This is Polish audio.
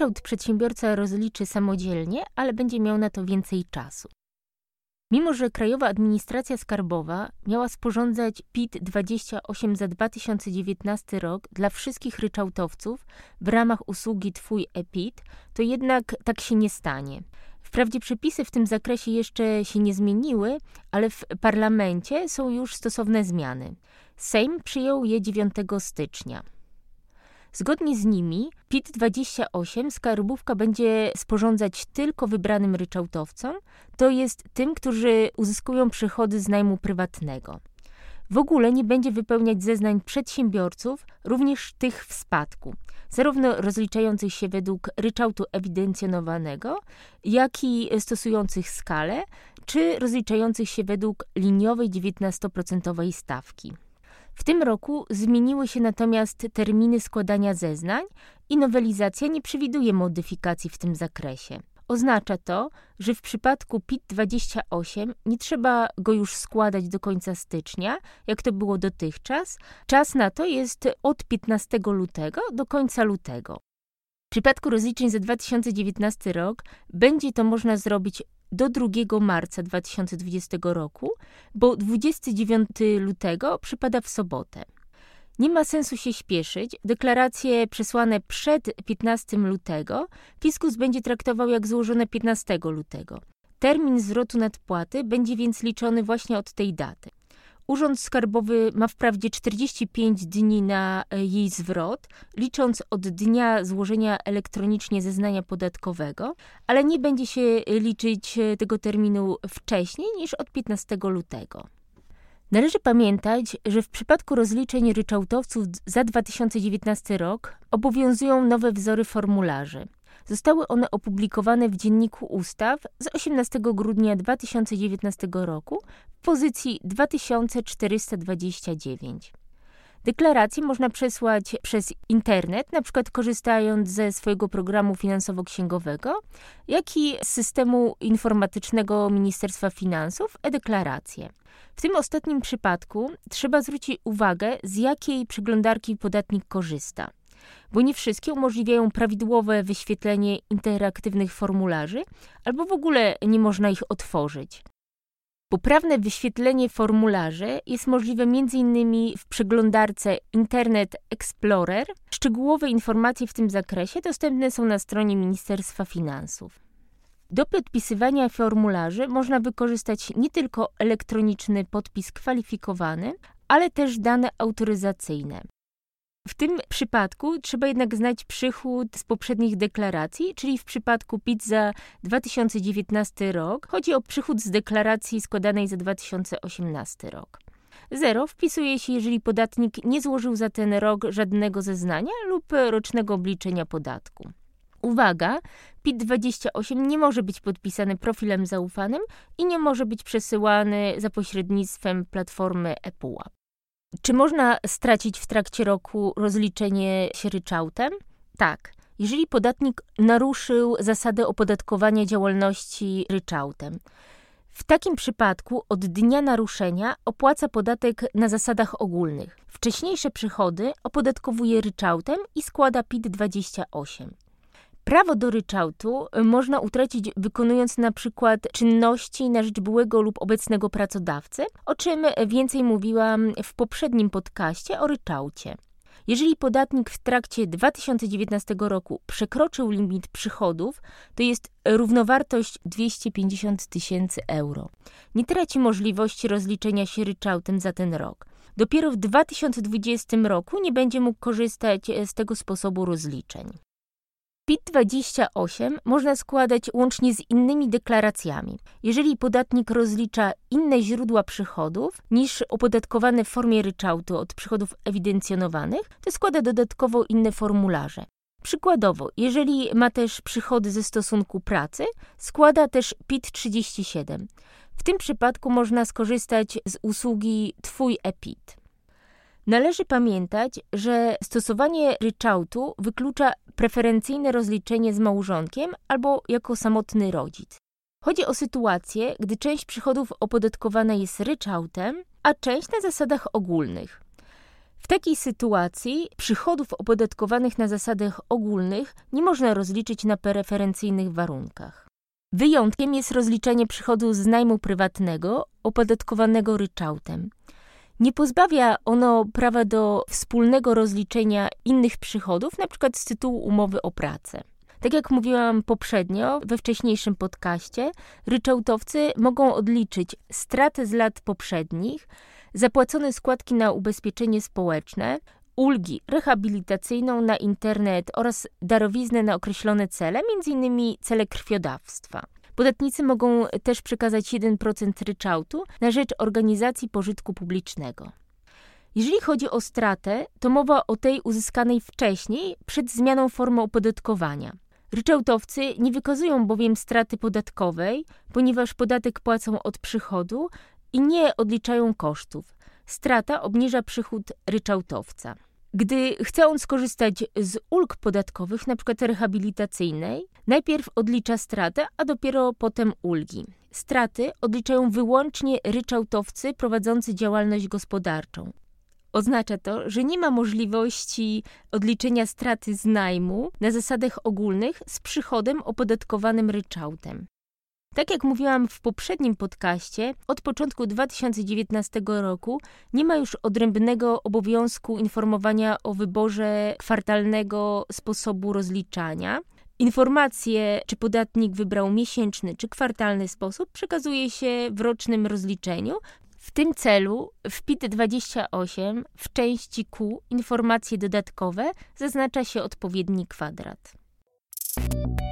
Ryczałt przedsiębiorca rozliczy samodzielnie, ale będzie miał na to więcej czasu. Mimo że Krajowa Administracja Skarbowa miała sporządzać PIT-28 za 2019 rok dla wszystkich ryczałtowców w ramach usługi Twój e-PIT, to jednak tak się nie stanie. Wprawdzie przepisy w tym zakresie jeszcze się nie zmieniły, ale w parlamencie są już stosowne zmiany. Sejm przyjął je 9 stycznia. Zgodnie z nimi PIT-28 skarbówka będzie sporządzać tylko wybranym ryczałtowcom, to jest tym, którzy uzyskują przychody z najmu prywatnego. W ogóle nie będzie wypełniać zeznań przedsiębiorców, również tych w spadku, zarówno rozliczających się według ryczałtu ewidencjonowanego, jak i stosujących skalę, czy rozliczających się według liniowej 19% stawki. W tym roku zmieniły się natomiast terminy składania zeznań i nowelizacja nie przewiduje modyfikacji w tym zakresie. Oznacza to, że w przypadku PIT-28 nie trzeba go już składać do końca stycznia, jak to było dotychczas. Czas na to jest od 15 lutego do końca lutego. W przypadku rozliczeń za 2019 rok będzie to można zrobić do 2 marca 2020 roku, bo 29 lutego przypada w sobotę. Nie ma sensu się śpieszyć. Deklaracje przesłane przed 15 lutego fiskus będzie traktował jak złożone 15 lutego. Termin zwrotu nadpłaty będzie więc liczony właśnie od tej daty. Urząd Skarbowy ma wprawdzie 45 dni na jej zwrot, licząc od dnia złożenia elektronicznie zeznania podatkowego, ale nie będzie się liczyć tego terminu wcześniej niż od 15 lutego. Należy pamiętać, że w przypadku rozliczeń ryczałtowców za 2019 rok obowiązują nowe wzory formularzy. Zostały one opublikowane w Dzienniku Ustaw z 18 grudnia 2019 roku w pozycji 2429. Deklaracje można przesłać przez internet, np. korzystając ze swojego programu finansowo-księgowego, jak i z systemu informatycznego Ministerstwa Finansów e-Deklaracje. W tym ostatnim przypadku trzeba zwrócić uwagę, z jakiej przeglądarki podatnik korzysta, bo nie wszystkie umożliwiają prawidłowe wyświetlenie interaktywnych formularzy, albo w ogóle nie można ich otworzyć. Poprawne wyświetlenie formularzy jest możliwe m.in. w przeglądarce Internet Explorer. Szczegółowe informacje w tym zakresie dostępne są na stronie Ministerstwa Finansów. Do podpisywania formularzy można wykorzystać nie tylko elektroniczny podpis kwalifikowany, ale też dane autoryzacyjne. W tym przypadku trzeba jednak znać przychód z poprzednich deklaracji, czyli w przypadku PIT za 2019 rok chodzi o przychód z deklaracji składanej za 2018 rok. 0 wpisuje się, jeżeli podatnik nie złożył za ten rok żadnego zeznania lub rocznego obliczenia podatku. Uwaga! PIT-28 nie może być podpisany profilem zaufanym i nie może być przesyłany za pośrednictwem platformy ePUAP. Czy można stracić w trakcie roku rozliczenie się ryczałtem? Tak, jeżeli podatnik naruszył zasadę opodatkowania działalności ryczałtem. W takim przypadku od dnia naruszenia opłaca podatek na zasadach ogólnych. Wcześniejsze przychody opodatkowuje ryczałtem i składa PIT-28. Prawo do ryczałtu można utracić wykonując na przykład czynności na rzecz byłego lub obecnego pracodawcy, o czym więcej mówiłam w poprzednim podcaście o ryczałcie. Jeżeli podatnik w trakcie 2019 roku przekroczył limit przychodów, to jest równowartość 250 000 euro. Nie traci możliwości rozliczenia się ryczałtem za ten rok. Dopiero w 2020 roku nie będzie mógł korzystać z tego sposobu rozliczeń. PIT-28 można składać łącznie z innymi deklaracjami. Jeżeli podatnik rozlicza inne źródła przychodów niż opodatkowane w formie ryczałtu od przychodów ewidencjonowanych, to składa dodatkowo inne formularze. Przykładowo, jeżeli ma też przychody ze stosunku pracy, składa też PIT-37. W tym przypadku można skorzystać z usługi Twój e-PIT. Należy pamiętać, że stosowanie ryczałtu wyklucza preferencyjne rozliczenie z małżonkiem albo jako samotny rodzic. Chodzi o sytuację, gdy część przychodów opodatkowana jest ryczałtem, a część na zasadach ogólnych. W takiej sytuacji przychodów opodatkowanych na zasadach ogólnych nie można rozliczyć na preferencyjnych warunkach. Wyjątkiem jest rozliczenie przychodu z najmu prywatnego opodatkowanego ryczałtem. Nie pozbawia ono prawa do wspólnego rozliczenia innych przychodów, np. z tytułu umowy o pracę. Tak jak mówiłam poprzednio, we wcześniejszym podcaście, ryczałtowcy mogą odliczyć straty z lat poprzednich, zapłacone składki na ubezpieczenie społeczne, ulgi rehabilitacyjną na internet oraz darowiznę na określone cele, m.in. cele krwiodawstwa. Podatnicy mogą też przekazać 1% ryczałtu na rzecz organizacji pożytku publicznego. Jeżeli chodzi o stratę, to mowa o tej uzyskanej wcześniej, przed zmianą formy opodatkowania. Ryczałtowcy nie wykazują bowiem straty podatkowej, ponieważ podatek płacą od przychodu i nie odliczają kosztów. Strata obniża przychód ryczałtowca. Gdy chce on skorzystać z ulg podatkowych, np. rehabilitacyjnej, najpierw odlicza stratę, a dopiero potem ulgi. Straty odliczają wyłącznie ryczałtowcy prowadzący działalność gospodarczą. Oznacza to, że nie ma możliwości odliczenia straty z najmu na zasadach ogólnych z przychodem opodatkowanym ryczałtem. Tak jak mówiłam w poprzednim podcaście, od początku 2019 roku nie ma już odrębnego obowiązku informowania o wyborze kwartalnego sposobu rozliczania. Informacje, czy podatnik wybrał miesięczny czy kwartalny sposób, przekazuje się w rocznym rozliczeniu. W tym celu w PIT-28 w części Q informacje dodatkowe zaznacza się odpowiedni kwadrat.